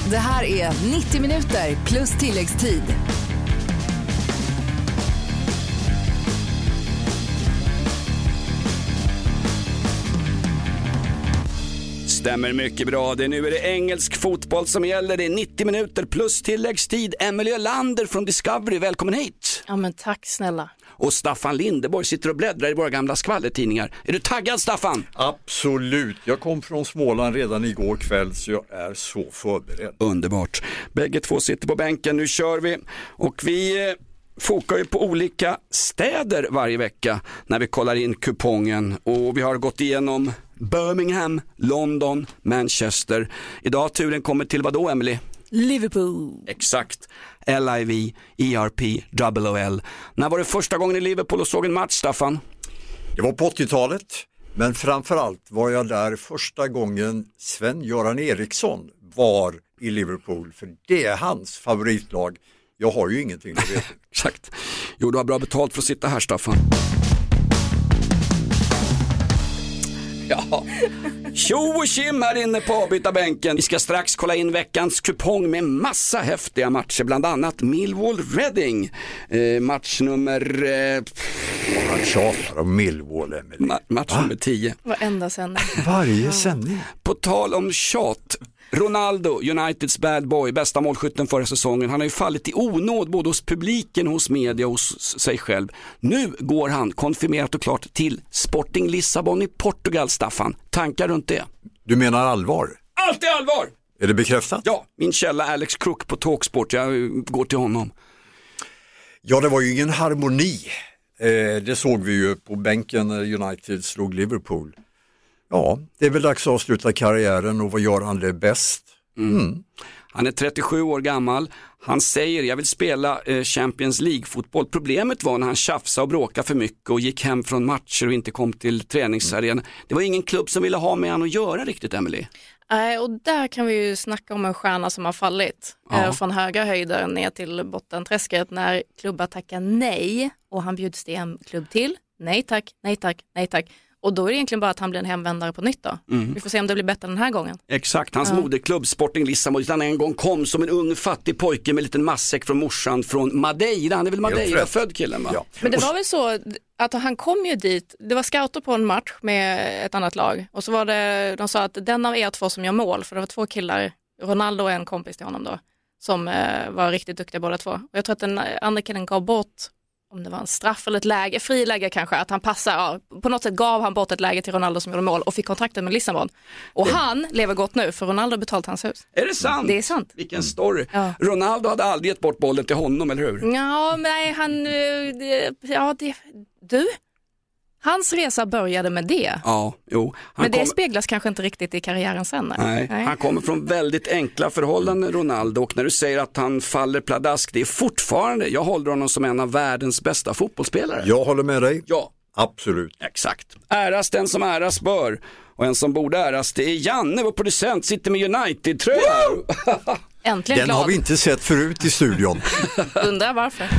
Det här är 90 minuter plus tilläggstid. Stämmer mycket bra. Nu är det engelsk fotboll som gäller. Det är 90 minuter plus tilläggstid. Emelie Lander från Discovery, välkommen hit. Ja, men tack snälla. Och Staffan Lindeborg sitter och bläddrar i våra gamla skvallertidningar. Är du taggad, Staffan? Absolut. Jag kom från Småland redan igår kväll, så jag är så förberedd. Underbart. Bägge två sitter på bänken. Nu kör vi. Och vi fokar ju på olika städer varje vecka när vi kollar in kupongen. Och vi har gått igenom Birmingham, London, Manchester. Idag turen kommer till vad då, Emily? Liverpool. Exakt. LIV, ERP, WOL. När var det första gången i Liverpool och såg en match, Staffan? Det var på 80-talet, men framförallt var jag där första gången Sven-Göran Eriksson var i Liverpool. För det är hans favoritlag. Jag har ju ingenting att veta. Exakt. Jo, du har bra betalt för att sitta här, Staffan. Ja, tjo och tjim här inne på avbytarbänken. Vi ska strax kolla in veckans kupong med massa häftiga matcher. Bland annat Millwall-Reading. Match nummer... Han tjatar om Millwall, Emily. Match nummer 10. Varenda sändning. Varje sändning. På tal om tjat. Ronaldo, Uniteds bad boy, bästa målskytten förra säsongen. Han har ju fallit i onåd både hos publiken, hos media och hos sig själv. Nu går han konfirmerat och klart till Sporting Lissabon i Portugal, Staffan. Tankar runt det? Du menar allvar? Allt är allvar! Är det bekräftat? Ja, min källa Alex Crook på Talksport. Jag går till honom. Ja, det var ju ingen harmoni. Det såg vi ju på bänken när United slog Liverpool. Ja, det är väl dags att avsluta karriären, och vad gör han det bäst? Han är 37 år gammal. Han säger, jag vill spela Champions League-fotboll. Problemet var när han tjafsade och bråkade för mycket och gick hem från matcher och inte kom till träningsarenan. Det var ingen klubb som ville ha med han att göra riktigt, Emily. Nej, och där kan vi ju snacka om en stjärna som har fallit från höga höjder ner till bottenträsket när klubbar tackar nej och han bjuds till en klubb till. Nej tack, nej tack, nej tack. Och då är det egentligen bara att han blir en hemvändare på nytt då. Vi får se om det blir bättre den här gången. Exakt, hans moderklubb Sporting Lissabon, han en gång kom som en ung fattig pojke med en liten matsäck från morsan från Madeira. Han är väl Madeira-född killen, va? Ja. Men det var väl så att han kom ju dit, det var scouter på en match med ett annat lag. Och så var det, de sa att den av er två som gör mål, för det var 2 killar, Ronaldo och en kompis till honom då, som var riktigt duktiga båda två. Och jag tror att den andra killen gav bort, om det var en straff eller ett läge, friläge kanske, att han passar, på något sätt gav han bort ett läge till Ronaldo som gjorde mål och fick kontrakten med Lissabon. Och han lever gott nu, för Ronaldo har betalt hans hus. Är det sant? Det är sant. Vilken story. Ja. Ronaldo hade aldrig gett bort bollen till honom, eller hur? Ja, nej, hans resa började med det. Ja, jo. Men det speglas kanske inte riktigt i karriären sen. Nej, han kommer från väldigt enkla förhållanden, Ronaldo, och när du säger att han faller pladask, det är fortfarande, jag håller honom som en av världens bästa fotbollsspelare. Jag håller med dig. Ja. Absolut. Exakt. Äras den som äras bör. Och en som borde äras, det är Janne, vår producent, sitter med United-tröja. Äntligen Den glad. har vi inte sett förut i studion. Undrar varför.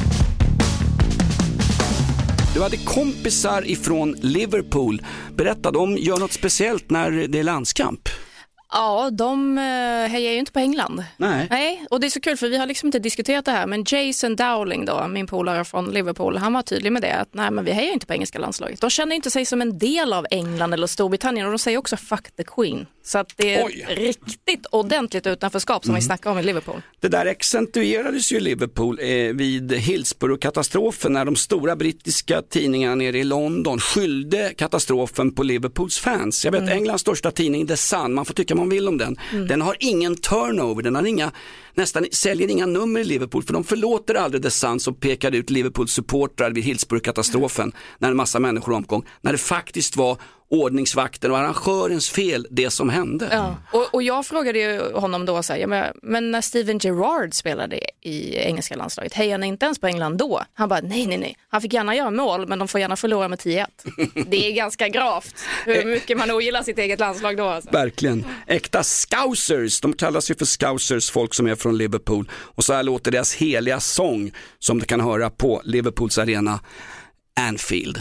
Du hade kompisar ifrån Liverpool. Berätta, de gör något speciellt när det är landskamp. Ja, de hejar ju inte på England. Nej. Och det är så kul för vi har liksom inte diskuterat det här. Men Jason Dowling då, min polare från Liverpool, han var tydlig med det. Att nej, men vi hejar inte på engelska landslaget. De känner inte sig som en del av England eller Storbritannien. Och de säger också fuck the Queen. Så att det är riktigt ordentligt utanförskap som vi snackar om i Liverpool. Det där accentuerades ju i Liverpool vid Hillsborough-katastrofen när de stora brittiska tidningarna nere i London skyllde katastrofen på Liverpools fans. Jag vet, Englands största tidning The Sun, man får tycka man vill om den. Den har ingen turnover, den har nästan säljer inga nummer i Liverpool, för de förlåter aldrig The Sun som pekade ut Liverpools supportrar vid Hillsborough-katastrofen när en massa människor omkom. När det faktiskt var ordningsvakten och arrangörens fel det som hände. Ja. Och jag frågade ju honom då så här, men när Steven Gerrard spelade i engelska landslaget, hejade ni inte ens på England då? Han bara, nej. Han fick gärna göra mål, men de får gärna förlora med 10-1. Det är ganska gravt hur mycket man ogillar sitt eget landslag då. Alltså. Verkligen. Äkta scousers, de kallas ju för scousers, folk som är från Liverpool. Och så här låter deras heliga sång som du kan höra på Liverpools arena Anfield.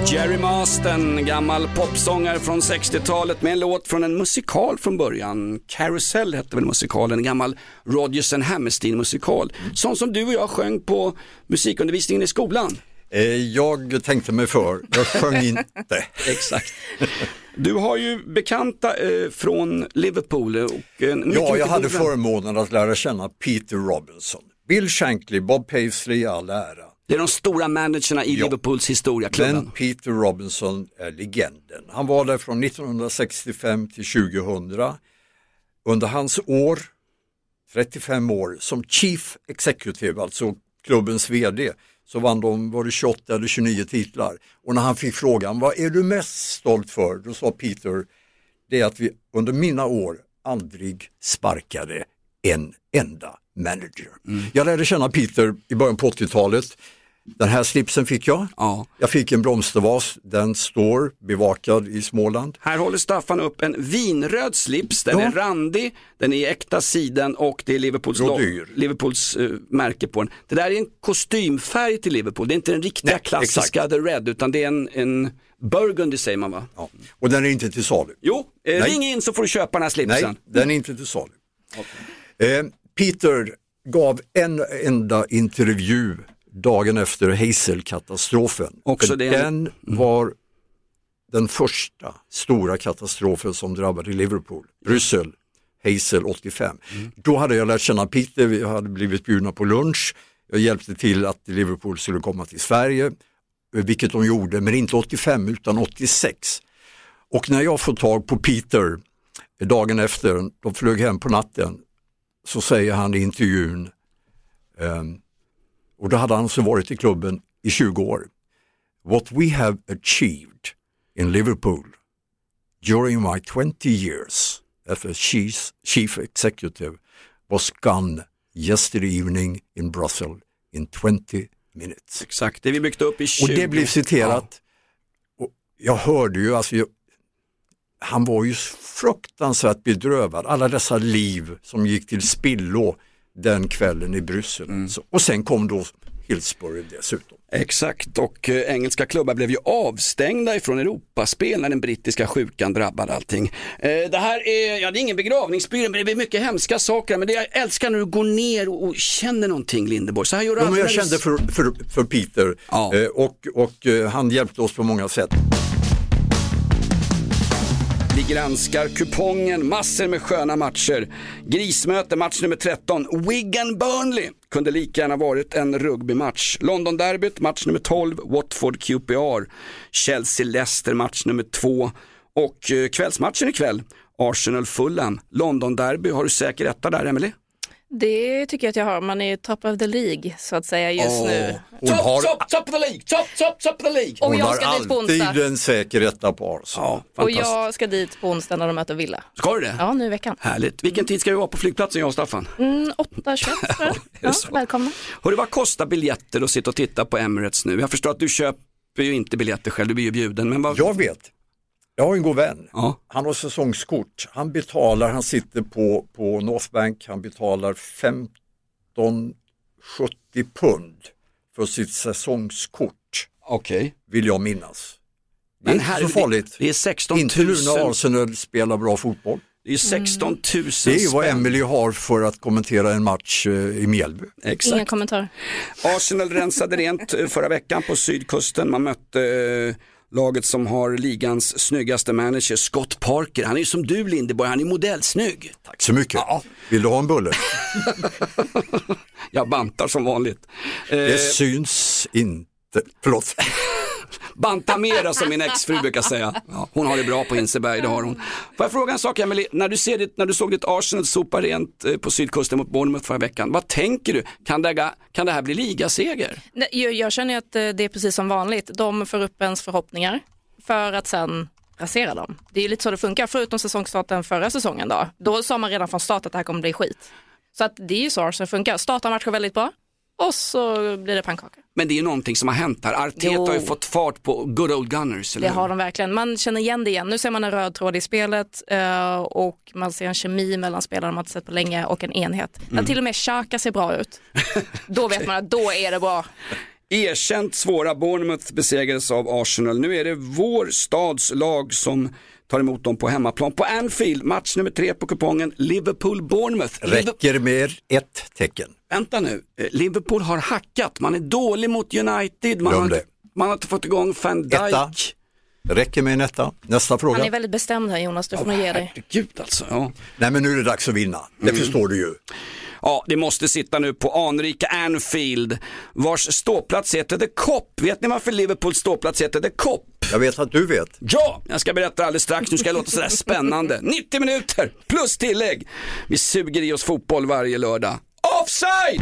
Jerry Marsden, gammal popsångare från 60-talet med en låt från en musikal från början. Carousel hette väl musikalen, en gammal Rodgers and Hammerstein-musikal. Sån som du och jag sjöng på musikundervisningen i skolan. Jag tänkte mig för, jag sjöng inte. Exakt. Du har ju bekanta från Liverpool. Och jag hade förmånen att lära känna Peter Robinson. Bill Shankly, Bob Paisley, all ära. Det är de stora managerna i Liverpools historia. Men Peter Robinson är legenden. Han var där från 1965 till 2000. Under hans år, 35 år, som Chief Executive, alltså klubbens vd, så vann var det 28 eller 29 titlar. Och när han fick frågan, vad är du mest stolt för? Då sa Peter, det är att vi under mina år aldrig sparkade en enda manager. Jag lärde känna Peter i början på 80-talet. Den här slipsen fick jag. Ja. Jag fick en blomstervas, den står bevakad i Småland. Här håller Staffan upp en vinröd slips, den är randig, den är i äkta siden och det är Liverpools märke på den. Det där är en kostymfärg till Liverpool, det är inte den riktiga klassiska exakt. The Red, utan det är en burgundy säger man va? Ja. Och den är inte till salu. Jo, ring in så får du köpa den här slipsen. Nej, den är inte till salu. Okay. Peter gav en enda intervju dagen efter Hazel-katastrofen. Den var den första stora katastrofen som drabbade Liverpool. Bryssel, Hazel 85. Då hade jag lärt känna Peter, vi hade blivit bjudna på lunch. Jag hjälpte till att Liverpool skulle komma till Sverige, vilket de gjorde, men inte 85 utan 86. Och när jag får tag på Peter dagen efter, de flög hem på natten, så säger han i intervjun, och då hade han så varit i klubben i 20 år. What we have achieved in Liverpool during my 20 years as a chief executive was gone yesterday evening in Brussels in 20 minutes. Exakt, det vi byggt upp i 20. Och det blev citerat. Ja. Och jag hörde ju, alltså, han var ju fruktansvärt bedrövad. Alla dessa liv som gick till spillo den kvällen i Bryssel. Och sen kom då Hillsborough dessutom. Exakt, och engelska klubbar blev ju avstängda ifrån Europaspel när den brittiska sjukan drabbade allting. Det här är, det är ingen begravningsbyrå, men det är mycket hemska saker. Men det jag älskar när du går ner och känner någonting, Lindeborg. Så här gör du men jag kände för Peter och han hjälpte oss på många sätt. Vi granskar kupongen, massor med sköna matcher. Grismöte, match nummer 13. Wigan-Burnley kunde lika gärna varit en rugbymatch. London-derbyt, match nummer 12. Watford-QPR. Chelsea-Leicester, match nummer 2. Och kvällsmatchen ikväll, Arsenal-Fulham. London-derby, har du säker etta där, Emily? Det tycker jag att jag har. Man är top of the League så att säga just nu. Top of the League, top of the League. Och hon jag ska har dit på onsdag. alltid en säker etta på Arsenal. Ja, och jag ska dit på onsdag när de möter Villa. Ska du det? Ja, nu i veckan. Härligt. Vilken tid ska du vara på flygplatsen, jag och Staffan? 8:21 ja, välkomna. Hörru, vad kostar biljetter att sitta och titta på Emirates nu? Jag förstår att du köper ju inte biljetter själv, du blir ju bjuden. Men vad... Jag vet. Jag har en god vän. Ja. Han har säsongskort. Han sitter på North Bank, han betalar 15,70 pund för sitt säsongskort. Okej. Vill jag minnas. Det är Men inte så farligt. Det är 16 000. Inte nu när Arsenal spelar bra fotboll. Det är 16 000 Det är ju vad Emily har för att kommentera en match i Mjällby. Exakt. Ingen kommentar. Arsenal rensade rent förra veckan på sydkusten. Man mötte laget som har ligans snyggaste manager, Scott Parker. Han är ju som du, Lindeborg, han är modellsnygg. Tack så mycket. Ja. Vill du ha en bulle? Jag bantar som vanligt. Det syns inte. Förlåt. Banta mera som min exfru brukar säga. Ja, hon har det bra på Hinseberg, det har hon. Får jag fråga en sak, Emily? När du såg ditt Arsenal sopa rent på sydkusten mot Bournemouth förra veckan, vad tänker du? Kan det här bli ligaseger? Jag känner att det är precis som vanligt. De får upp ens förhoppningar för att sen rasera dem. Det är ju lite så det funkar, förutom säsongstarten förra säsongen då. Då sa man redan från start att det här kommer bli skit. Så att det är ju så Arsenal funkar. Startar matchen väldigt bra och så blir det pannkaka. Men det är ju någonting som har hänt här. Arteta har ju fått fart på good old Gunners. Eller? Det har de verkligen. Man känner igen det igen. Nu ser man en röd tråd i spelet och man ser en kemi mellan spelarna man inte sett på länge och en enhet. När till och med Xhaka ser bra ut. Då vet man att då är det bra. Erkänt svåra Bournemouth besegrades av Arsenal. Nu är det vår stads lag som tar emot dem på hemmaplan. På Anfield, match nummer 3 på kupongen, Liverpool-Bournemouth. Räcker med ett tecken. Vänta nu, Liverpool har hackat. Man är dålig mot United. Man har inte fått igång Van Dijk. Etta. Räcker med en etta. Nästa fråga. Han är väldigt bestämd här, Jonas, du får nog ge dig. Herregud alltså, ja. Nej, men nu är det dags att vinna. Det förstår du ju. Ja, det måste sitta nu på anrika Anfield, vars ståplats heter The Kop. Vet ni varför Liverpools ståplats heter The Kop? Jag vet att du vet. Ja, jag ska berätta alldeles strax. Nu ska jag låta sådär spännande. 90 minuter plus tillägg. Vi suger i oss fotboll varje lördag. Offside!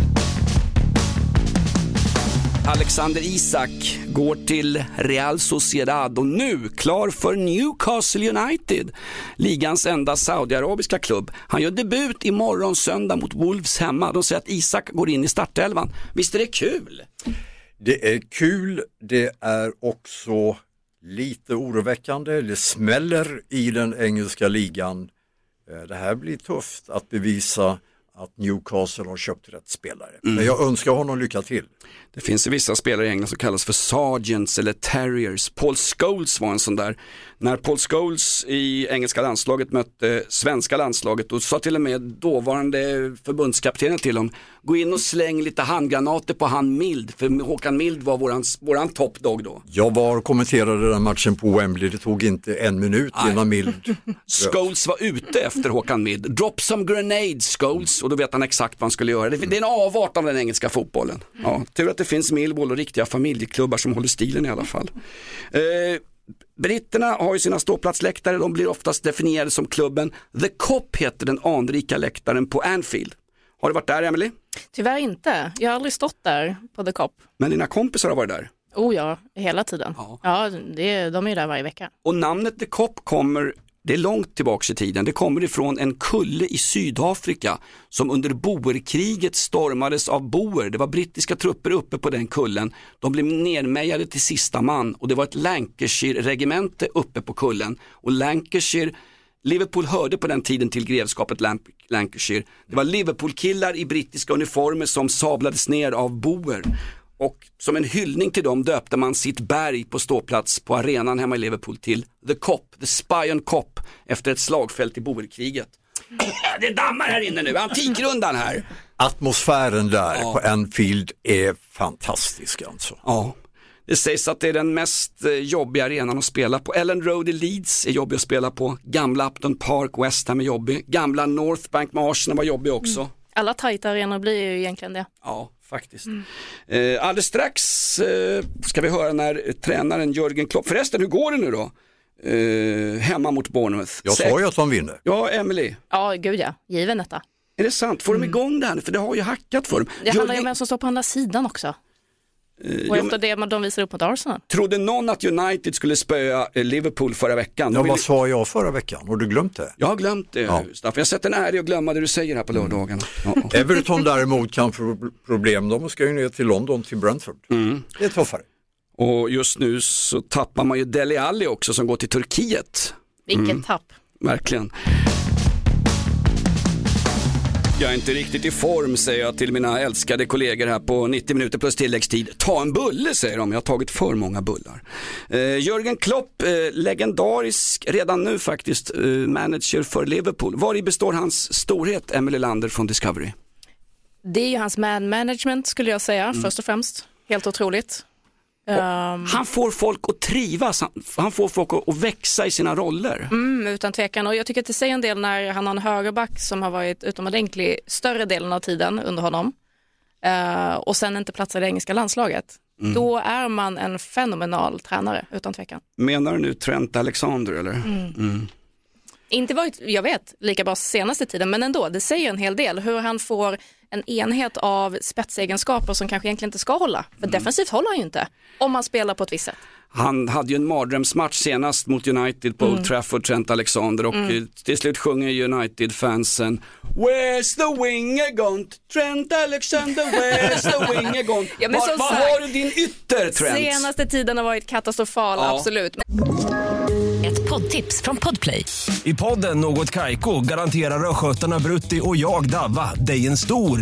Alexander Isak går till Real Sociedad och nu klar för Newcastle United, ligans enda saudiarabiska klubb. Han gör debut imorgon söndag mot Wolves hemma. De säger att Isak går in i startelvan. Visst är det kul? Det är kul, det är också lite oroväckande. Det smäller i den engelska ligan. Det här blir tufft att bevisa att Newcastle har köpt rätt spelare. Men jag önskar honom lycka till. Det finns ju vissa spelare i England som kallas för sergeants eller terriers. Paul Scholes var en sån där. När Paul Scholes i engelska landslaget mötte svenska landslaget, och sa till och med dåvarande förbundskaptenen till dem: gå in och släng lite handgranater på han Mild, för Håkan Mild var våran toppdog då. Jag var och kommenterade den matchen på Wembley. Det tog inte en minut innan Mild. Scholes var ute efter Håkan Mild. Drop some grenades, Scholes. Och då vet han exakt vad han skulle göra. Det är en avart av den engelska fotbollen. Ja, tur att det finns Millwall och riktiga familjeklubbar som håller stilen i alla fall. Britterna har ju sina ståplatsläktare. De blir oftast definierade som klubben. The Kop heter den anrika läktaren på Anfield. Har du varit där, Emily? Tyvärr inte. Jag har aldrig stått där på The Kop. Men dina kompisar har varit där? Oh ja, hela tiden. Ja, de är ju där varje vecka. Och namnet The Kop kommer... Det är långt tillbaka i tiden. Det kommer ifrån en kulle i Sydafrika som under boerkriget stormades av boer. Det var brittiska trupper uppe på den kullen. De blev nedmejade till sista man, och det var ett Lancashire-regemente uppe på kullen. Och Liverpool hörde på den tiden till grevskapet Lancashire. Det var Liverpool-killar i brittiska uniformer som sablades ner av boer. Och som en hyllning till dem döpte man sitt berg på ståplats på arenan hemma i Liverpool till The Kop, The Spion Kop, efter ett slagfält i boerkriget. Det dammar här inne nu, antikrundan här. Atmosfären där på Anfield är fantastisk alltså. Ja, det sägs att det är den mest jobbiga arenan att spela på. Ellen Road i Leeds är jobbig att spela på. Gamla Upton Park, West Ham är jobbig. Gamla North Bank med Arsenal var jobbig också. Alla tajta arenor blir ju egentligen det. Ja, faktiskt. Alldeles strax ska vi höra när tränaren Jürgen Klopp, förresten hur går det nu då? Hemma mot Bournemouth. Jag sa ju att de vinner. Ja, Emily. Ja, gud ja, given detta. Är det sant? Får de igång det här? För det har ju hackat för dem. Det handlar ju om vem som står på andra sidan också. Och efter det de visar upp mot Arsenal. Trodde någon att United skulle spöa Liverpool förra veckan? Ja, vad sa jag förra veckan? Har du glömt det? Jag har glömt det, Staff. Jag sätter en ära i att glömma det du säger här på lördagen. Everton däremot kan få problem. De ska ju ner till London, till Brentford. Det är tuffare. Och just nu så tappar man ju Dele Alli också, som går till Turkiet. Vilken tapp. Verkligen. Jag är inte riktigt i form, säger jag till mina älskade kollegor här på 90 minuter plus tilläggstid. Ta en bulle, säger de. Jag har tagit för många bullar. Jürgen Klopp, legendarisk redan nu faktiskt, manager för Liverpool. Var i består hans storhet, Emily Lander från Discovery? Det är ju hans man management skulle jag säga, först och främst. Helt otroligt. Han får folk att trivas, han får folk att växa i sina roller. Utan tvekan, och jag tycker att det säger en del när han har en högerback som har varit utomordentligt större delen av tiden under honom och sen inte platsar i det engelska landslaget. Då är man en fenomenal tränare, utan tvekan. Menar du nu Trent Alexander eller? Inte varit, jag vet, lika bra senaste tiden, men ändå, det säger en hel del hur han får en enhet av spetsegenskaper som kanske egentligen inte ska hålla. För defensivt håller han ju inte, om man spelar på ett visst sätt. Han hade ju en mardrömsmatch senast mot United på Old Trafford, Trent Alexander, och till slut sjunger United-fansen Where's the winger gone? Trent Alexander, where's the winger gone? Ja, vad har du din ytter, Trent? Senaste tiden har varit katastrofal, absolut. Ett poddtips från Podplay. I podden Något Kaiko garanterar röskötarna Brutti och jag Davva dig en stor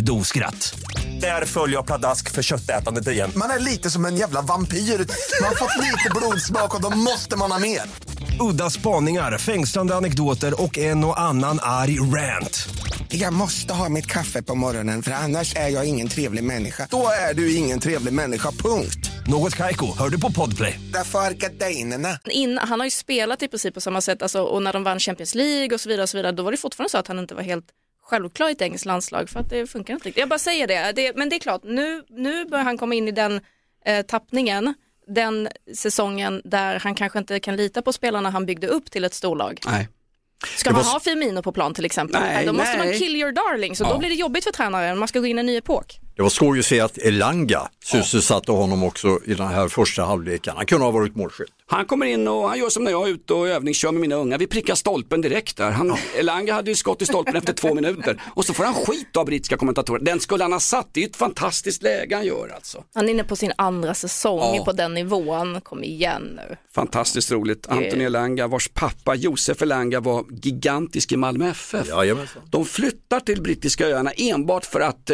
do-skratt. Där följer jag pladask för köttätandet igen. Man är lite som en jävla vampyr. Man har fått lite blodsmak och då måste man ha mer. Udda spaningar, fängslande anekdoter och en och annan arg rant. Jag måste ha mitt kaffe på morgonen för annars är jag ingen trevlig människa. Då är du ingen trevlig människa, punkt. Något Kaiko, hör du på Podplay. Därför är gardinerna. Han har ju spelat i princip på samma sätt, alltså, och när de vann Champions League och så vidare, då var det fortfarande så att han inte var helt självklar i ett engelskt landslag för att det funkar inte riktigt. Jag bara säger det, men det är klart, nu börjar han komma in i den tappningen, den säsongen där han kanske inte kan lita på spelarna han byggde upp till ett storlag. Nej. Ska man ha Firmino på plan till exempel? Nej, då måste man kill your darling, så då blir det jobbigt för tränaren. Man ska gå in i en ny epok. Det var skoj att se att Elanga sysselsatte honom också i den här första halvleken. Han kunde ha varit målskytt. Han kommer in och han gör som när jag är ute och övningskör med mina unga. Vi prickar stolpen direkt där. Elanga hade ju skott i stolpen efter 2 minuter. Och så får han skit av brittiska kommentatorer. Den skulle han ha satt. Det är ett fantastiskt läge han gör alltså. Han är inne på sin andra säsong på den nivån. Kom igen nu. Fantastiskt roligt. Anthony Elanga, vars pappa Josef Elanga var gigantisk i Malmö FF. Jajamensan. De flyttar till brittiska öarna enbart för att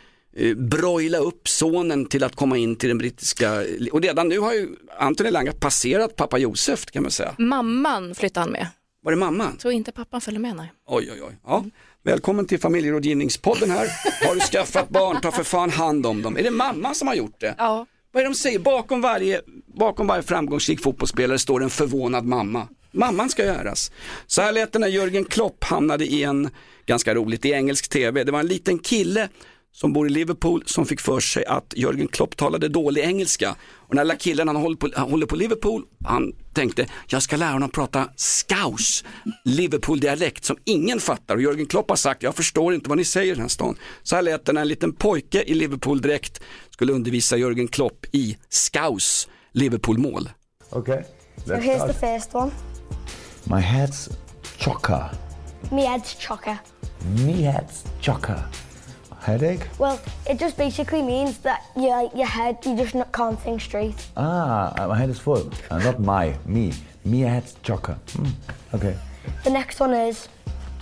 broila upp sonen till att komma in till den brittiska, och redan nu har ju Anthony Elanga passerat pappa Josef, kan man säga. Mamman flyttar han med. Var det mamman? Jag tror inte pappan följer med. Nej. Oj. Ja. Välkommen till familjerådgivningspodden här. Har du skaffat barn, ta för fan hand om dem. Är det mamma som har gjort det? Ja. Vad är det de säger? Bakom varje framgångsrik fotbollsspelare står en förvånad mamma. Mamman ska göras. Så här lät det när Jürgen Klopp hamnade i en, ganska roligt, i engelsk tv. Det var en liten kille som bor i Liverpool som fick för sig att Jürgen Klopp talade dålig engelska. Och när killen han håller på Liverpool, han tänkte, jag ska lära honom prata scouse, Liverpool-dialekt som ingen fattar. Och Jürgen Klopp har sagt, jag förstår inte vad ni säger i den här stan. Så här lät det när en liten pojke i Liverpool-dräkt skulle undervisa Jürgen Klopp i scouse, Liverpool-mål. Okay, so here's the first one. My head's chocker. Me head's chocker. Me head's chocker. Headache? Well, it just basically means that your head, you just can't think straight. My head is full. Not me. Me head's chocker. Okay. The next one is...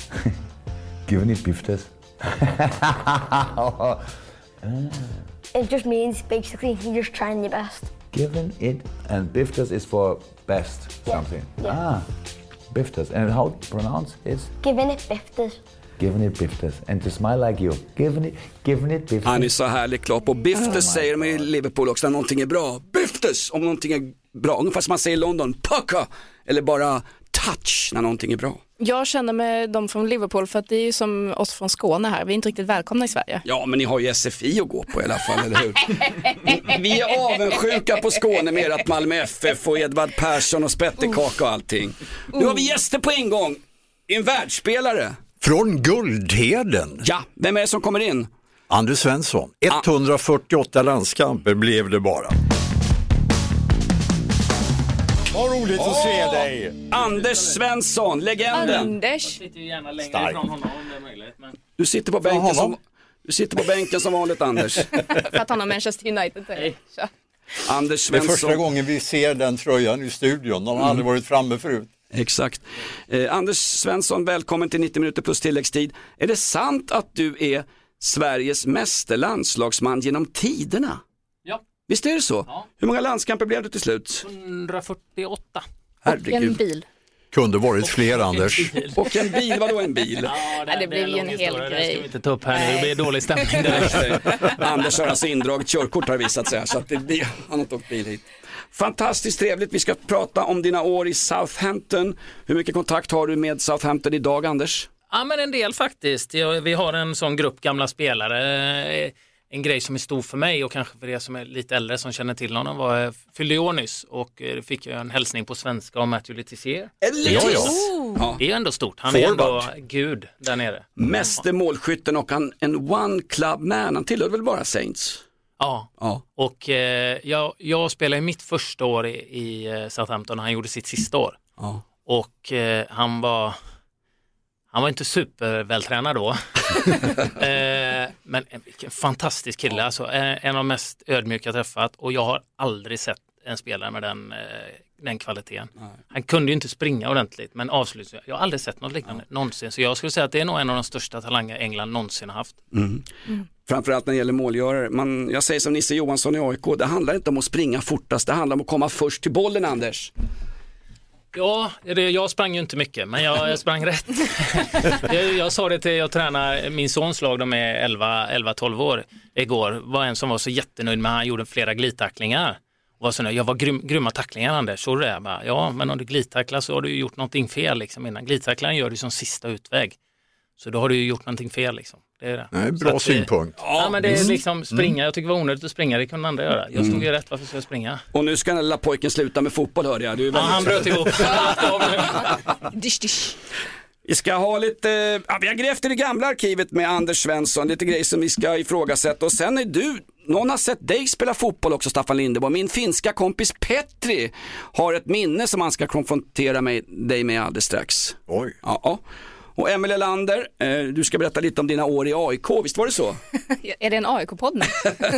Given it biftes. It just means basically you're just trying your best. Given it, and biftes is for best something. Yeah. Biftes. And how to pronounce it? Giving it biftes. Giving it biftes. And to smile like you. Giving it biftes. Han är så härlig, Klopp. Och biftes säger de i Liverpool också när någonting är bra. Biftes om någonting är bra. Ungefär som man säger i London. Pucka. Eller bara touch när någonting är bra. Jag känner med dem från Liverpool för att det är ju som oss från Skåne här. Vi är inte riktigt välkomna i Sverige. Ja, men ni har ju SFI att gå på i alla fall, eller hur? Vi är avundsjuka på Skåne med att Malmö FF och Edvard Persson och spettekaka och allting. Nu har vi gäster på en gång. En världsspelare. Från Guldheden. Ja, vem är det som kommer in? Anders Svensson. 148 landskamper blev det bara. Vad roligt att se dig. Anders Svensson, legenden. Anders. Jag sitter ju gärna längre ifrån honom om det är möjligt. Men... Du sitter på bänken som vanligt, Anders. För att han har Manchester United. Anders Svensson. Det är första gången vi ser den tröjan i studion. De har aldrig varit framme förut. Exakt. Anders Svensson, välkommen till 90 minuter plus tilläggstid. Är det sant att du är Sveriges meste landslagsman genom tiderna? Ja. Visst är det så? Ja. Hur många landskamper blev det till slut? 148. Och en bil. Kunde varit fler, Anders. Och en bil, vadå en bil? Ja, det blev ju en hel grej. Det ska vi inte ta upp här nu, det blir dålig stämning där. Anders har alltså indragit körkort har visat sig, så att han har inte åkt bil hit. Fantastiskt trevligt, vi ska prata om dina år i Southampton. Hur mycket kontakt har du med Southampton idag, Anders? Ja, men en del faktiskt. Vi har en sån grupp gamla spelare. En grej som är stor för mig och kanske för er som är lite äldre som känner till honom var fyllde år nyss och fick jag en hälsning på svenska om Matthew Le Tissier. Ja. Det är ändå stort. Han är ändå gud där nere. Meste målskytten och en one club man. Han tillhör väl bara Saints? Ja. Och jag spelade mitt första år i Southampton och han gjorde sitt sista år. Ja. Och han var inte supervältränad då. Men vilken fantastisk kille. Alltså, en av de mest ödmjuka jag träffat. Och jag har aldrig sett en spelare med den den kvaliteten. Nej. Han kunde ju inte springa ordentligt, men avslut, jag har aldrig sett något liknande någonsin. Så jag skulle säga att det är nog en av de största talanger England någonsin har haft. Framförallt när det gäller målgörare. Jag säger som Nisse Johansson i AIK, det handlar inte om att springa fortast, det handlar om att komma först till bollen, Anders. Ja, jag sprang ju inte mycket, men jag sprang rätt. Jag sa det till, jag tränar min sons lag, de är 11-12 år. Igår var en som var så jättenöjd med, han gjorde flera glidtacklingar. Jag var grymma tacklingar, Anders, så det? Jag bara, ja, men om du glidtacklar så har du gjort någonting fel liksom, innan. Glidtacklaren gör du som sista utväg. Så då har du ju gjort någonting fel liksom. Det är det. Nej, bra synpunkt. Ja, men det är liksom springa. Jag tycker det var onödigt att springa, det kunde andra göra. Jag stod ju rätt, varför ska jag springa? Och nu ska den lilla pojken sluta med fotboll, hörde jag. Du är han bröt ihop. Vi ska ha lite, vi har grävt i det gamla arkivet med Anders Svensson, lite grejer som vi ska ifrågasätta. Och sen är någon har sett dig spela fotboll också, Staffan Lindeborg. Min finska kompis Petri har ett minne som han ska konfrontera dig med alldeles strax. Oj. Ja. Och Emelie Lander, du ska berätta lite om dina år i AIK, visst var det så? Är det en AIK-podd nu?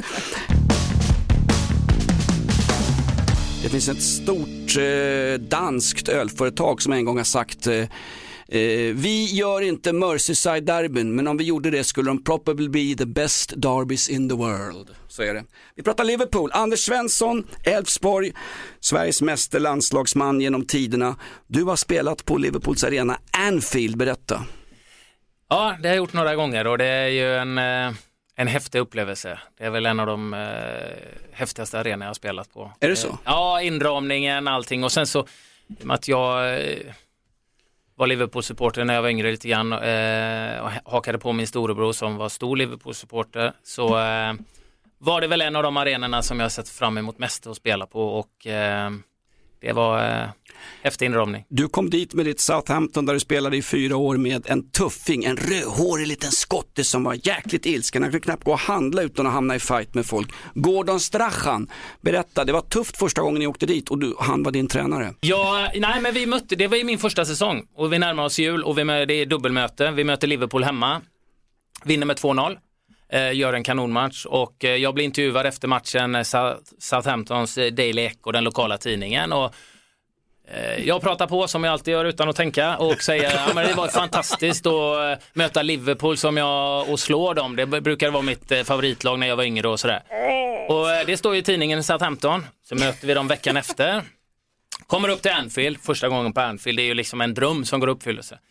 Det finns ett stort danskt ölföretag som en gång har sagt vi gör inte Merseyside-derbyn, men om vi gjorde det skulle de probably be the best derbys in the world. Så är det. Vi pratar Liverpool. Anders Svensson, Elfsborg, Sveriges meste landslagsman genom tiderna. Du har spelat på Liverpools arena Anfield, berätta. Ja, det har jag gjort några gånger och det är ju en häftig upplevelse. Det är väl en av de häftigaste arenor jag har spelat på. Är det så? Ja, inramningen, allting. Och sen så, med att jag var Liverpool-supporter när jag var yngre lite grann och hakade på min storebror som var stor Liverpool-supporter, så var det väl en av de arenorna som jag sett fram emot mest att spela på, och det var häftig inramning. Du kom dit med ditt Southampton där du spelade i 4 år med en tuffing, en rödhårig liten skotte som var jäkligt ilsken. Han kunde knappt gå och handla utan att hamna i fight med folk. Gordon Strachan, berätta, det var tufft första gången ni åkte dit och han var din tränare. Ja, nej, men det var ju min första säsong och vi närmar oss jul och det är dubbelmöte. Vi möter Liverpool hemma, vinner med 2-0. Gör en kanonmatch och jag blir intervjuad efter matchen, Southamptons Daily Echo, den lokala tidningen, och jag pratar på som jag alltid gör utan att tänka och säger ja, men det var fantastiskt att möta Liverpool och slå dem. Det brukar vara mitt favoritlag när jag var yngre och sådär. Och det står i tidningen Southampton, så möter vi dem veckan efter. Kommer upp till Anfield, första gången på Anfield, det är ju liksom en dröm som går i uppfyllelse.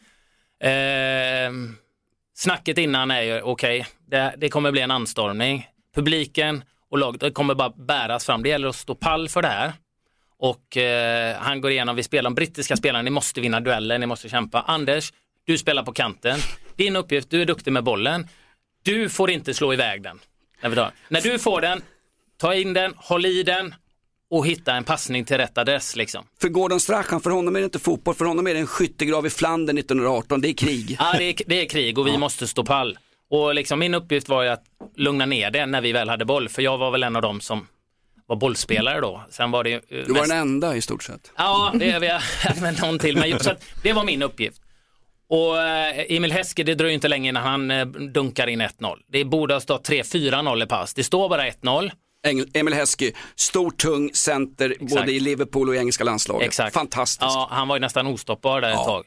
Snacket innan är ju okej, det kommer bli en anstormning. Publiken och laget kommer bara bäras fram. Det gäller att stå pall för det här. Och han går igenom, vi spelar om brittiska spelare, ni måste vinna duellen, ni måste kämpa. Anders, du spelar på kanten. Din uppgift, du är duktig med bollen. Du får inte slå iväg den. När du får den, ta in den, håll i den och hitta en passning till rätt adress liksom. För Gordon Strachan, för honom är det inte fotboll, för honom är det en skyttegrav i Flandern 1918, det är krig. Ja, det är krig och vi måste stå pall. Och liksom min uppgift var ju att lugna ner det när vi väl hade boll, för jag var väl en av dem som var bollspelare då. Sen var det ju du var den enda i stort sett. Ja, det är vi men någon till. Men så det var min uppgift. Och Emil Häske, det dröjer inte länge innan han dunkar in 1-0. Det borde ha stått 3-4-0 i pass. Det står bara 1-0. Emil Häske, stor tung center. Exakt. Både i Liverpool och i engelska landslaget. Exakt. Fantastiskt. Ja, han var ju nästan ostoppbar där ett tag.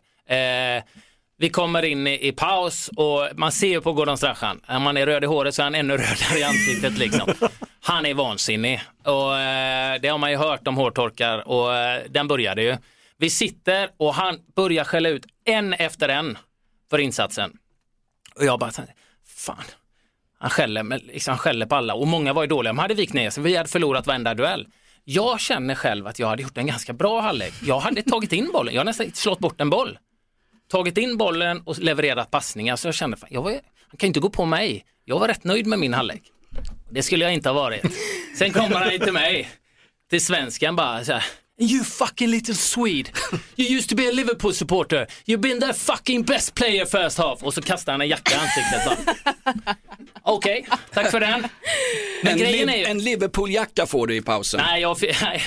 Vi kommer in i paus och man ser ju på Gordon Strachan. Om man är röd i håret så är han ännu rödare i ansiktet liksom. Han är vansinnig och det har man ju hört om hårtorkar och den började ju. Vi sitter och han börjar skälla ut en efter en för insatsen. Och jag bara, fan, han skäller på alla och många var ju dåliga. De hade vikt ner sig, vi hade förlorat varenda duell. Jag känner själv att jag hade gjort en ganska bra halvlek. Jag hade tagit in bollen, jag hade nästan slått bort en boll. Tagit in bollen och levererat passningar. Så jag kände, han kan inte gå på mig. Jag var rätt nöjd med min halvlek. Det skulle jag inte ha varit. Sen kommer han till mig, till svenskan bara så här: You fucking little Swede. You used to be a Liverpool supporter. You've been their fucking best player first half. Och så kastar han en jacka i ansiktet. Okej, tack för den. Men grejen är ju... En Liverpool-jacka får du i pausen. Nej, då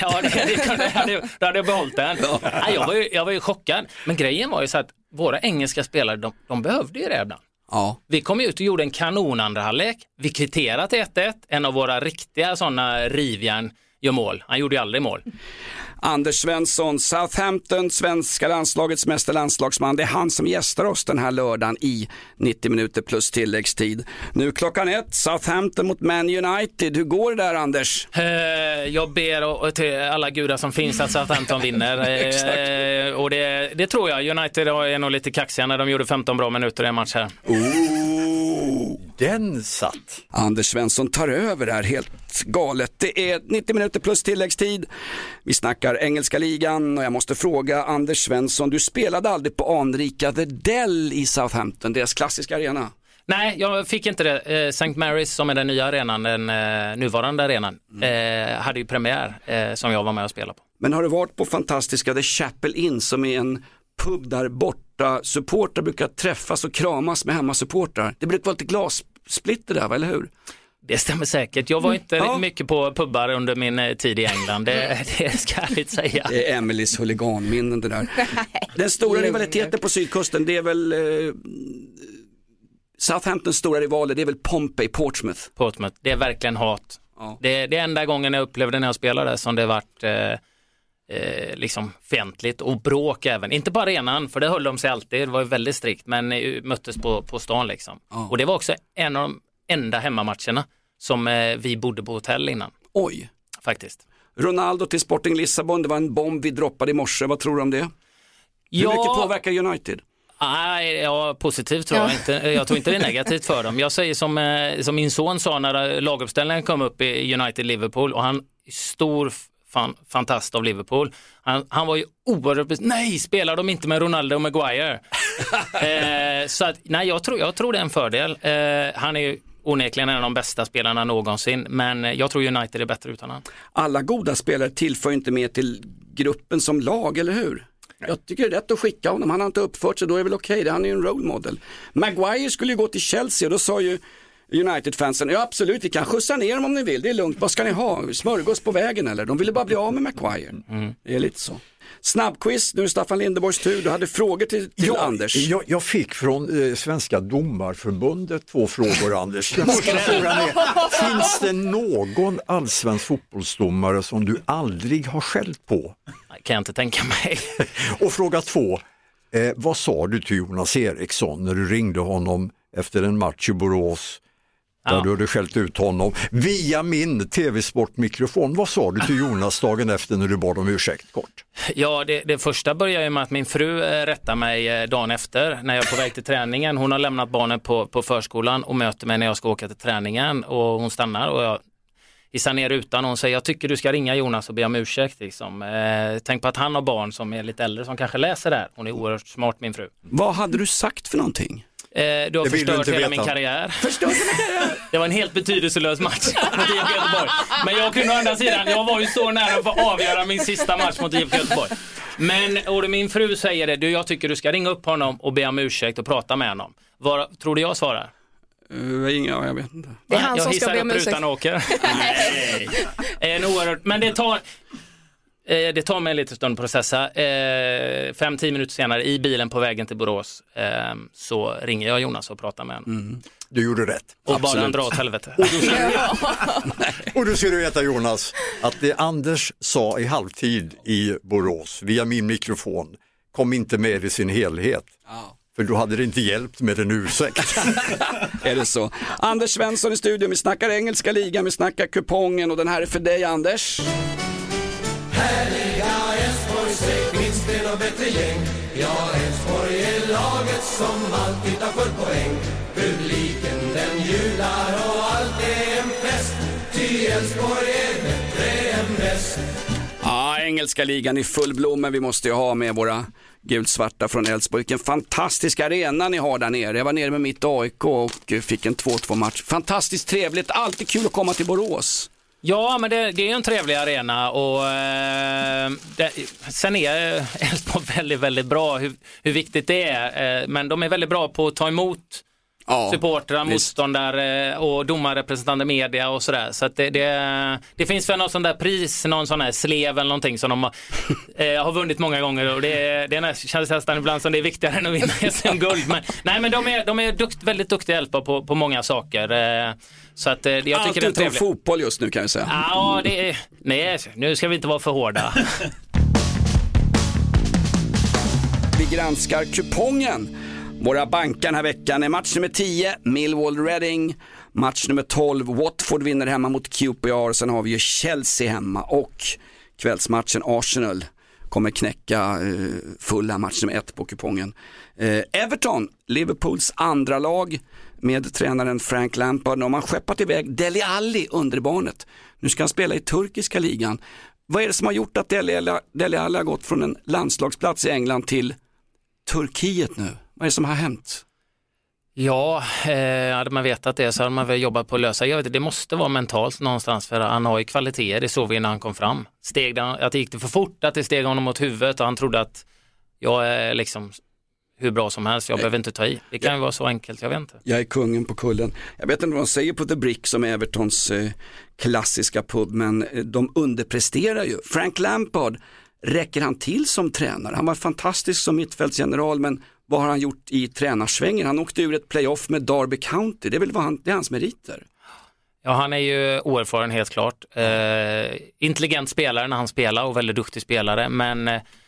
hade jag behållit den. Nej, jag var ju chockad. Men grejen var ju så att våra engelska spelare, de behövde ju det ibland. Ja. Vi kom ut och gjorde en kanon andra halvlek. Vi kvitterade till 1-1. En av våra riktiga sådana rivjärn gör mål. Han gjorde ju aldrig mål. Anders Svensson, Southampton, svenska landslagets mesta landslagsman. Det är han som gästar oss den här lördagen i 90 minuter plus tilläggstid. Nu 1:00, Southampton mot Man United. Hur går det där, Anders? Jag ber till alla gudar som finns att Southampton vinner. Och det tror jag. United är nog lite kaxiga när de gjorde 15 bra minuter i en match här. Den satt. Anders Svensson tar över här helt galet. Det är 90 minuter plus tilläggstid. Vi snackar engelska ligan och jag måste fråga Anders Svensson, du spelade aldrig på anrika The Dell i Southampton, deras klassiska arena? Nej, jag fick inte det. St. Mary's som är den nya arenan, den nuvarande arenan, hade ju premiär som jag var med och spelade på. Men har du varit på fantastiska The Chapel Inn som är en pub där borta supportrar brukar träffas och kramas med hemmasupportrar? Det brukar vara lite glassplitter där, eller hur? Det stämmer säkert. Jag var inte mycket på pubbar under min tid i England. Det ska jag inte säga. Det är Emelies huliganminnen det där. Den stora rivaliteten på sydkusten, det är väl Southamptons stora rivaler, det är väl Pompey, Portsmouth. Det är verkligen hat. Ja. Det är enda gången jag upplevde när jag spelade som det varit liksom fientligt och bråk även. Inte på arenan, för det höll de sig alltid. Det var ju väldigt strikt, men möttes på stan liksom. Ja. Och det var också en av de enda hemmamatcherna som vi bodde på hotell innan. Oj. Faktiskt. Ronaldo till Sporting Lissabon, det var en bomb vi droppade i morse. Vad tror du om det? Hur mycket påverkar United? Nej, positivt tror jag inte. Jag tror inte det är negativt för dem. Jag säger som min son sa när laguppställningen kom upp i United-Liverpool, och han är stor fantast av Liverpool. Han var ju oerhört... Nej, spelar de inte med Ronaldo och Maguire? Så att, nej, jag tror det är en fördel. Han är ju onekligen en av de bästa spelarna någonsin, men jag tror United är bättre utan han. Alla goda spelare tillför inte mer till gruppen som lag, eller hur? Jag tycker det är rätt att skicka honom. Han har inte uppfört sig, då är det väl okej. Han är ju en role model. Maguire skulle ju gå till Chelsea och då sa ju United-fansen, ja absolut, vi kan skjutsa ner dem om ni vill, det är lugnt, vad ska ni ha? Smörgås på vägen eller? De ville bara bli av med Maguire. Det är lite så. Snabbquiz, nu är Staffan Lindeborgs tur. Du hade frågor till Anders. Jag fick från Svenska domarförbundet 2 frågor, Anders. Den första frågan är, finns det någon allsvensk fotbollsdomare som du aldrig har skällt på? Kan jag inte tänka mig. Och fråga 2, vad sa du till Jonas Eriksson när du ringde honom efter en match i Borås? Där du hade skällt ut honom via min TV-sportmikrofon. Vad sa du till Jonas dagen efter när du bad om ursäkt kort? Ja, det första börjar ju med att min fru rättar mig dagen efter när jag är på väg till träningen. Hon har lämnat barnen på förskolan och möter mig när jag ska åka till träningen. Och hon stannar och jag hissar ner utan och hon säger, jag tycker du ska ringa Jonas och be om ursäkt. Liksom. Tänk på att han har barn som är lite äldre som kanske läser där. Hon är oerhört smart, min fru. Vad hade du sagt för någonting? Du har förstört hela min karriär. Det var en helt betydelselös match mot IFK Göteborg. Men jag kunde å andra sidan, jag var ju så nära att få avgöra min sista match mot IFK Göteborg. Men och min fru säger det, jag tycker du ska ringa upp honom och be om ursäkt och prata med honom. Vad tror du jag svarar? Jag vet inte. Det är han som ska be om ursäkt. Jag åker. Nej. Men det tar mig en liten stund att processa. 5-10 minuter senare i bilen på vägen till Borås så ringer jag Jonas och pratar med honom. Du gjorde rätt. Och bara han drar åt helvete. Och du ska du veta, Jonas, att det Anders sa i halvtid i Borås via min mikrofon kom inte med i sin helhet. För då hade det inte hjälpt med en ursäkt. Är det så? Anders Svensson i studion, vi snackar engelska ligan, vi snackar kupongen och den här är för dig, Anders. Härliga Älvsborgs väg, finns det något bättre gäng? Ja, Älvsborg är laget som alltid tar full poäng. Publiken den jublar och allt är en fest. Ty Älvsborg är bättre än bäst. Ja, engelska ligan i full blom, men vi måste ju ha med våra gulsvarta från Älvsborg. Vilken fantastisk arena ni har där nere. Jag var nere med mitt AIK och fick en 2-2 match. Fantastiskt trevligt, alltid kul att komma till Borås. Ja, men det är en trevlig arena och sen är Älvsborg väldigt, väldigt bra hur viktigt det är. Men de är väldigt bra på att ta emot supportrar, motståndare och domarrepresentanter, media och sådär. Så att det finns väl någon sån där pris, någon sån här slev eller någonting som de har vunnit många gånger, och det känns nästan ibland som det är viktigare än att vinna SM-guld. Men de är väldigt duktiga hjälpa på många saker. Så att jag tycker allt det är utom trevligt. Fotboll just nu kan jag säga. Ja, nej, nu ska vi inte vara för hårda. Vi granskar kupongen. Våra bankar den här veckan är match nummer 10, Millwall Reading. Match nummer 12, Watford vinner hemma mot QPR. Sen har vi ju Chelsea hemma, och kvällsmatchen Arsenal kommer knäcka fulla match nummer 1 på kupongen. Everton, Liverpools andra lag med tränaren Frank Lampard. Och man skeppat iväg Dele Alli under barnet. Nu ska han spela i turkiska ligan. Vad är det som har gjort att Dele Alli har gått från en landslagsplats i England till Turkiet nu? Vad är det som har hänt? Ja, hade man vetat det så hade man väl jobbat på att lösa. Jag vet, det måste vara mentalt någonstans, för han har ju kvaliteter, det såg vi när han kom fram. Att det gick det för fort, att det steg honom mot huvudet, och han trodde att jag är liksom hur bra som helst, jag behöver inte ta i. Det kan ju vara så enkelt, jag vet inte. Jag är kungen på kullen. Jag vet inte vad de säger på The Brick, som är Evertons klassiska pub, men de underpresterar ju. Frank Lampard, räcker han till som tränare? Han var fantastisk som mittfältsgeneral, men vad har han gjort i tränarsvängen? Han åkte ur ett playoff med Derby County. Det är väl det är hans meriter? Ja, han är ju oerfaren helt klart. Intelligent spelare när han spelar och väldigt duktig spelare, men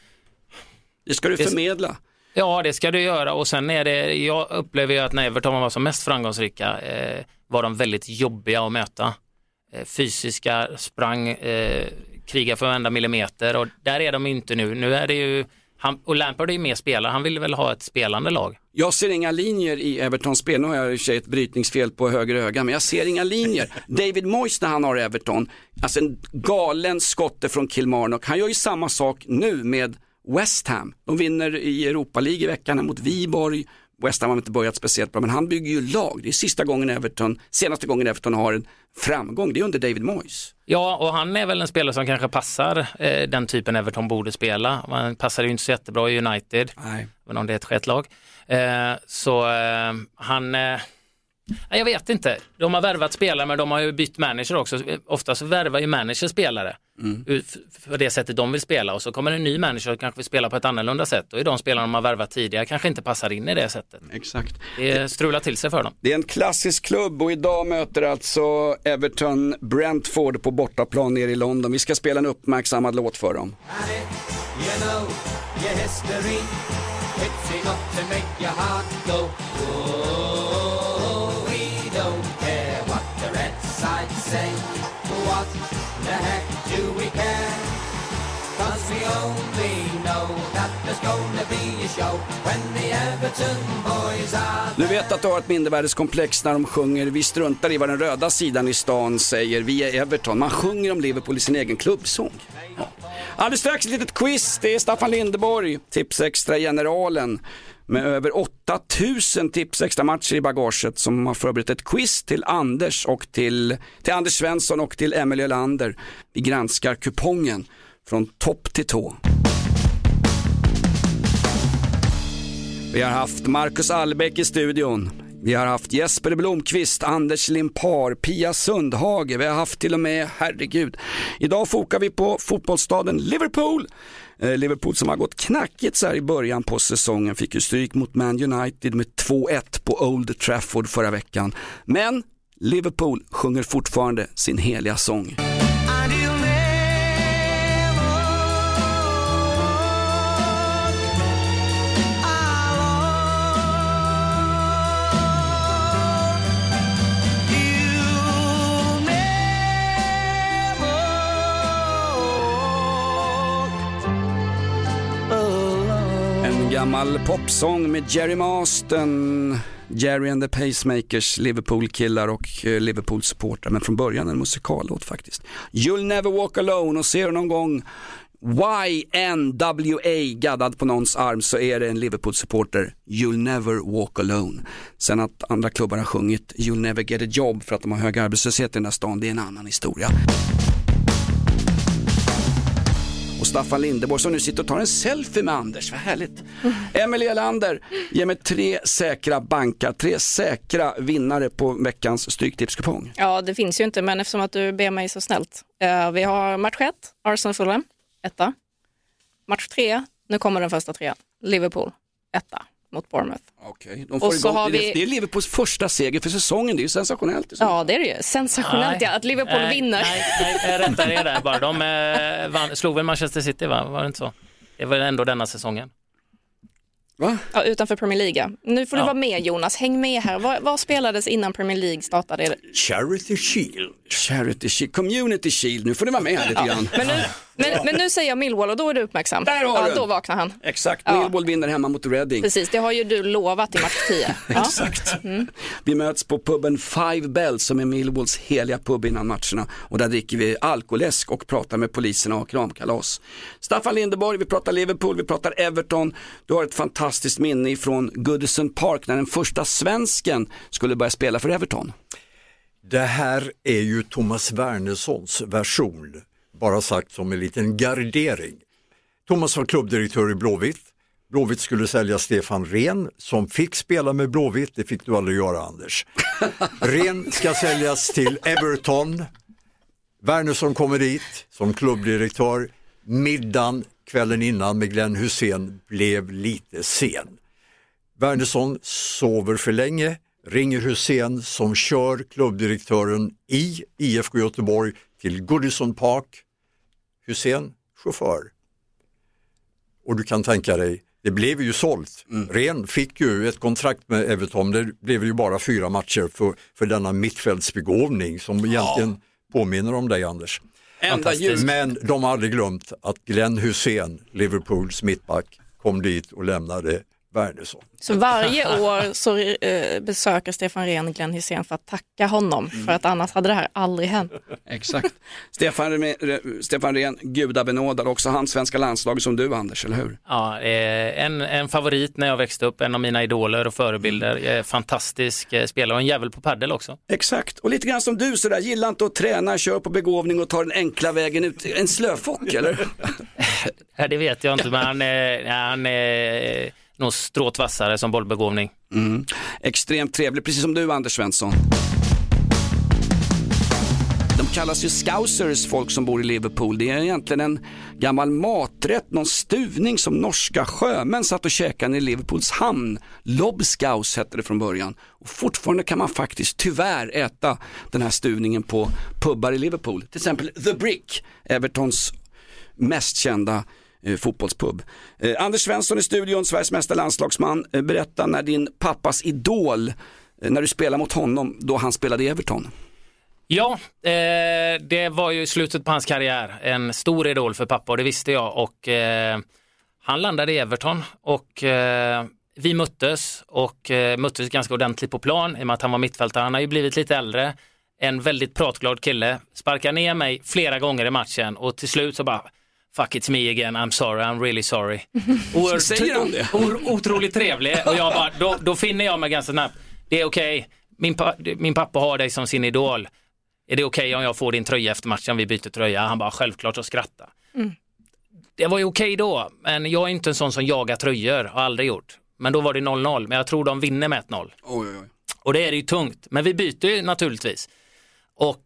det ska du förmedla. Ja, det ska du göra, och sen är det, jag upplever ju att när Everton var som mest framgångsrika var de väldigt jobbiga att möta. Fysiska, sprang, kriga för varenda millimeter, och där är de inte nu. Nu är det ju, och Lampard är ju mer spelare, han vill väl ha ett spelande lag. Jag ser inga linjer i Evertons spel, nu har jag i och för sig ett brytningsfel på höger öga, men jag ser inga linjer. David Moyes när han har Everton, alltså en galen skotte från Kilmarnock, han gör ju samma sak nu med West Ham. De vinner i Europa League i veckan mot Viborg. West Ham har inte börjat speciellt bra, men han bygger ju lag. Det är senaste gången Everton har en framgång. Det är under David Moyes. Ja, och han är väl en spelare som kanske passar den typen Everton borde spela. Man passar ju inte så jättebra i United. Nej. Men om det är ett sketlag. Jag vet inte. De har värvat spelare, men de har ju bytt manager också. Oftast värvar ju manager spelare för det sättet de vill spela, och så kommer en ny manager och kanske vill spela på ett annorlunda sätt, och de spelarna de har värvat tidigare kanske inte passar in i det sättet. Exakt. Det strular till sig för dem. Det är en klassisk klubb, och idag möter alltså Everton Brentford på bortaplan nere i London. Vi ska spela en uppmärksammad låt för dem. Say, what the heck do we care? 'Cause we only know that there's gonna be a show when the Everton boys are. Du vet att du har ett mindervärdeskomplex när de sjunger "Vi struntar i vad den röda sidan i stan säger, vi är Everton". Man sjunger om Liverpool i sin egen klubbsång. Ja. Alldeles strax ett litet quiz. Det är Staffan Lindeborg, Tipsextra generalen, med över 8000 Tipsextra matcher i bagaget, som har förberett ett quiz till Anders och till Anders Svensson och till Emelie Lander. Vi granskar kupongen från topp till tå. Vi har haft Marcus Albeck i studion. Vi har haft Jesper Blomqvist, Anders Limpar, Pia Sundhage. Vi har haft till och med, herregud. Idag fokar vi på fotbollsstaden Liverpool. Liverpool som har gått knackigt så här i början på säsongen. Fick ju stryk mot Man United med 2-1 på Old Trafford förra veckan. Men Liverpool sjunger fortfarande sin heliga sång. Gammal popsång med Jerry Marston, Jerry and the Pacemakers, Liverpool-killar och Liverpool-supportrar, men från början en musikallåt faktiskt. You'll Never Walk Alone, och ser du någon gång YNWA gaddad på någons arm så är det en Liverpool-supporter. You'll Never Walk Alone. Sen att andra klubbar har sjungit You'll Never Get a Job för att de har hög arbetslöshet i den här stan, det är en annan historia. och Staffan Lindeborg som nu sitter och tar en selfie med Anders. Vad härligt. Emelie Lander ger mig 3 säkra bankar, 3 säkra vinnare på veckans stryktipskupong. Ja, det finns ju inte, men eftersom att du ber mig så snällt. Vi har match 1, Arsenal Fulham, 1. Match 3, nu kommer den första 3, Liverpool, 1 mot Bournemouth. Okej, de får igång. Det är Liverpools första seger för säsongen, det är ju sensationellt. Ja, det är det ju. Sensationellt att Liverpool vinner. Nej, jag rättar er där bara. De slog väl Manchester City, va? Var det inte så? Det var ändå denna säsongen. Va? Ja, utanför Premier League. Nu får du vara med, Jonas. Häng med här. Vad spelades innan Premier League startade? Charity Shield. Community Shield. Nu får du vara med här lite grann. Men nu säger jag Millwall och då är du uppmärksam. Där har du. Då vaknar han. Exakt, Millwall vinner hemma mot Reading. Precis, det har ju du lovat i match 10. Exakt. Vi möts på puben Five Bells som är Millwalls heliga pub innan matcherna. Och där dricker vi alkoläsk och pratar med poliserna och kramkalas. Staffan Lindeborg, vi pratar Liverpool, vi pratar Everton. Du har ett fantastiskt minne från Goodison Park när den första svensken skulle börja spela för Everton. Det här är ju Thomas Wernessons version, bara sagt som en liten gardering. Thomas var klubbdirektör i Blåvitt. Blåvitt skulle sälja Stefan Rehn som fick spela med Blåvitt. Det fick du aldrig göra, Anders. Rehn ska säljas till Everton. Wernersson kommer dit som klubbdirektör. Middagen kvällen innan med Glenn Hussein blev lite sen. Wernersson sover för länge. Ringer Hussein som kör klubbdirektören i IFK Göteborg till Goodison Park. Hussein, chaufför. Och du kan tänka dig, det blev ju sålt. Rehn fick ju ett kontrakt med Everton. Det blev ju bara 4 matcher för denna mittfältsbegåvning som egentligen påminner om dig, Anders. Men de har aldrig glömt att Glenn Hussein, Liverpools mittback, kom dit och lämnade Wernersson. Så varje år så besöker Stefan Rehn Glenn Hussein för att tacka honom, för att annars hade det här aldrig hänt. Exakt. Stefan Rehn, gudabenådad, också hans svenska landslag som du, Anders, eller hur? Ja, en favorit när jag växte upp, en av mina idoler och förebilder. Fantastisk spelare och en jävel på paddel också. Exakt, och lite grann som du sådär, gillar inte att träna, kör på begåvning och tar den enkla vägen ut. En slöfock, eller? Det vet jag inte, men han är nog stråt vassare som bollbegåvning. Extremt trevlig, precis som du, Anders Svensson. De kallas ju scousers, folk som bor i Liverpool. Det är egentligen en gammal maträtt, någon stuvning som norska sjömän satt och käkade i Liverpools hamn. Lobscouse hette det från början. Och fortfarande kan man faktiskt tyvärr äta den här stuvningen på pubbar i Liverpool. Till exempel The Brick, Evertons mest kända fotbollspub. Anders Svensson i studion, Sveriges mesta landslagsman. Berätta när din pappas idol, när du spelade mot honom då han spelade i Everton. Ja, det var ju slutet på hans karriär. En stor idol för pappa, och det visste jag. Och han landade i Everton och vi möttes ganska ordentligt på plan i och med att han var mittfältare. Han har ju blivit lite äldre. En väldigt pratglad kille. Sparkade ner mig flera gånger i matchen och till slut så bara fuck it's me again, I'm sorry, I'm really sorry. Säger han det? Otroligt trevlig. Och jag bara, då finner jag mig ganska snabbt. Det är okej. Min pappa har dig som sin idol. Är det okej om jag får din tröja efter matchen, vi byter tröja? Han bara självklart och skratta. Det var ju okej då, men jag är inte en sån som jagar tröjor, har aldrig gjort. Men då var det 0-0, men jag tror de vinner med 1-0. Oj. Och det är det ju tungt, men vi byter ju naturligtvis. Och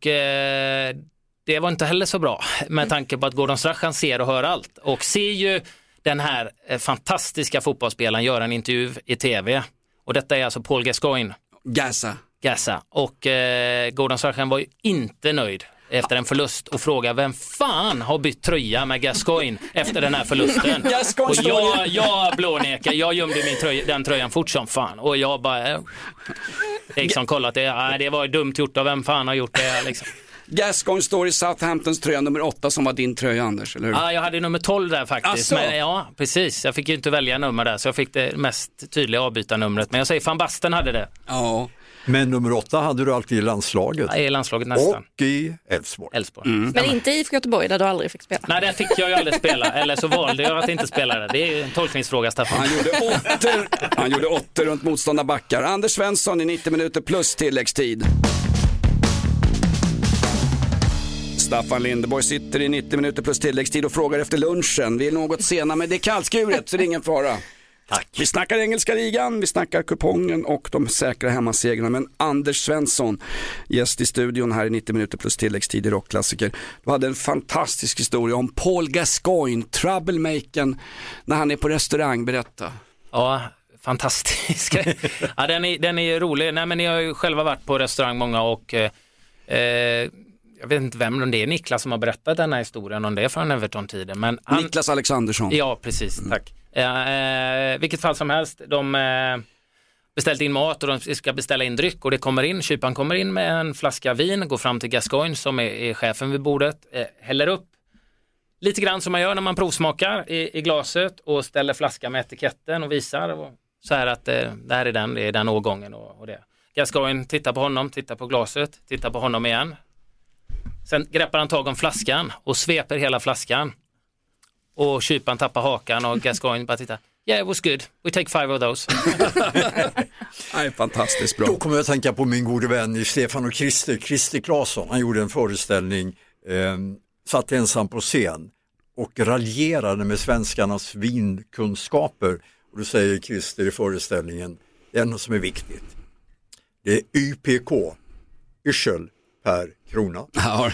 det var inte heller så bra med tanke på att Gordon Strachan ser och hör allt. Och ser ju den här fantastiska fotbollsspelaren göra en intervju i tv. Och detta är alltså Paul Gascoigne. Gassa. Och Gordon Strachan var ju inte nöjd efter en förlust och frågade vem fan har bytt tröja med Gascoigne efter den här förlusten. Och jag blånekade, jag gömde den tröjan fort som fan. Och jag bara liksom kollat det var dumt gjort av vem fan har gjort det liksom. Gascoigne står i Southamptons tröja nummer 8 som var din tröja, Anders, eller hur? Ja, jag hade nummer 12 där faktiskt. Men, ja, precis. Jag fick ju inte välja nummer där, så jag fick det mest tydliga avbytarnumret. Men jag säger Van Basten hade det. Ja. Men nummer 8 hade du alltid i landslaget. Ja, i landslaget nästan. Och i Elfsborg. Men inte i Göteborg där du aldrig fick spela. Nej, där fick jag ju aldrig spela. Eller så valde jag att inte spela det. Det är en tolkningsfråga, Staffan. Han gjorde 8 runt motståndarbackar. Anders Svensson i 90 minuter plus tilläggstid. Staffan Lindeborg sitter i 90 minuter plus tilläggstid och frågar efter lunchen. Vi är något sena, men det är kallskuret så det är ingen fara. Tack. Vi snackar engelska ligan, vi snackar kupongen och de säkra hemmasegrarna. Men Anders Svensson, gäst i studion här i 90 minuter plus tilläggstid i rockklassiker. Du hade en fantastisk historia om Paul Gascoigne, troublemakern, när han är på restaurang. Berätta. Ja, fantastisk. Ja, den är ju rolig. Nej, men ni har ju själva varit på restaurang många och jag vet inte vem det är, Niklas som har berättat den här historien, om det är från Everton-tiden. Men Niklas Alexandersson. Ja, precis, tack. Vilket fall som helst, de beställt in mat och de ska beställa in dryck och det kommer in, kyparen kommer in med en flaska vin, går fram till Gascoigne som är chefen vid bordet, häller upp lite grann som man gör när man provsmakar i glaset och ställer flaskan med etiketten och visar och så här att det här är den årgången och det. Gascoigne tittar på honom, tittar på glaset, tittar på honom igen. Sen greppar han tag om flaskan och sveper hela flaskan. Och kyparen tappar hakan och Gascoigne bara tittar. Yeah, it was good. We take 5 of those. Nej, fantastiskt bra. Då kommer jag att tänka på min gode vän i Stefan och Christer Claesson. Han gjorde en föreställning, satt ensam på scen och raljerade med svenskarnas vinkunskaper. Och då säger Christer i föreställningen, det är något som är viktigt. Det är YPK, yrsel per krona. Ja,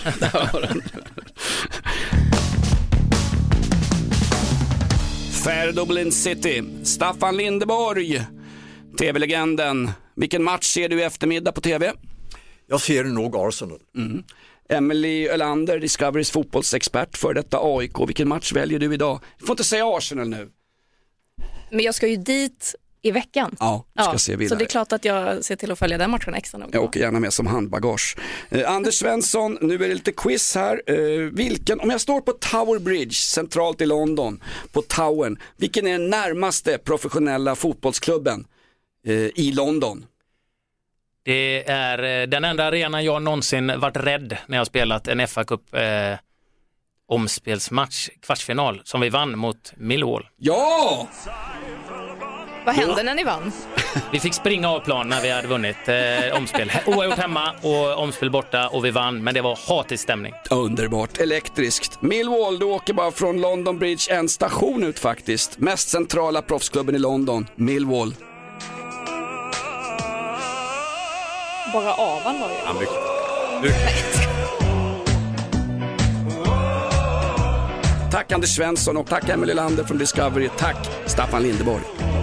Fair Dublin City, Staffan Lindeborg, tv-legenden. Vilken match ser du i eftermiddag på tv? Jag ser nog Arsenal. Emily Ölander, Discoverys fotbollsexpert för detta AIK. Vilken match väljer du idag? Du får inte säga Arsenal nu. Men jag ska ju dit i veckan. Ja, ska se vidare. Så det är klart att jag ser till att följa den matchen extra noga. Jag åker gärna med som handbagage. Anders Svensson, nu är det lite quiz här. Om jag står på Tower Bridge, centralt i London, på Towern, vilken är den närmaste professionella fotbollsklubben i London? Det är den enda arenan jag någonsin varit rädd när jag spelat en FA-cup omspelsmatch, kvartsfinal, som vi vann mot Millwall. Ja! Vad hände när ni vann? Vi fick springa av plan när vi hade vunnit omspel. Oavgjort hemma och omspel borta och vi vann, men det var hatig stämning. Underbart, elektriskt. Millwall, du åker bara från London Bridge en station ut faktiskt. Mest centrala proffsklubben i London, Millwall. Bara avan var ju. Ja, mycket. Tack Anders Svensson och tack Emily Lander från Discovery. Tack Staffan Lindeborg.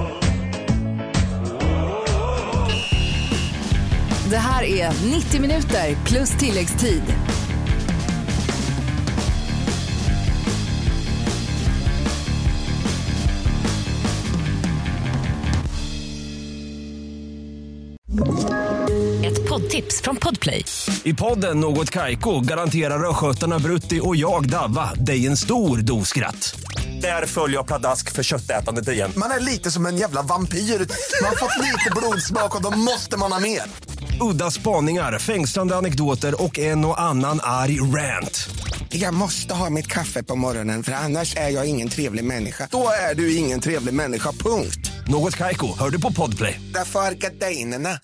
Det här är 90 minuter plus tilläggstid. Ett poddtips från Podplay. I podden Något Kaiko garanterar röskötarna Brutti och jag Davva dig en stor doskratt. Där följer jag pladask för köttätandet igen. Man är lite som en jävla vampyr. Man har fått lite blodsmak och då måste man ha mer. Udda spaningar, fängslande anekdoter och en och annan arg rant. Jag måste ha mitt kaffe på morgonen för annars är jag ingen trevlig människa. Då är du ingen trevlig människa, punkt. Något Kaiko, hör du på Podplay. Därför är gardinerna.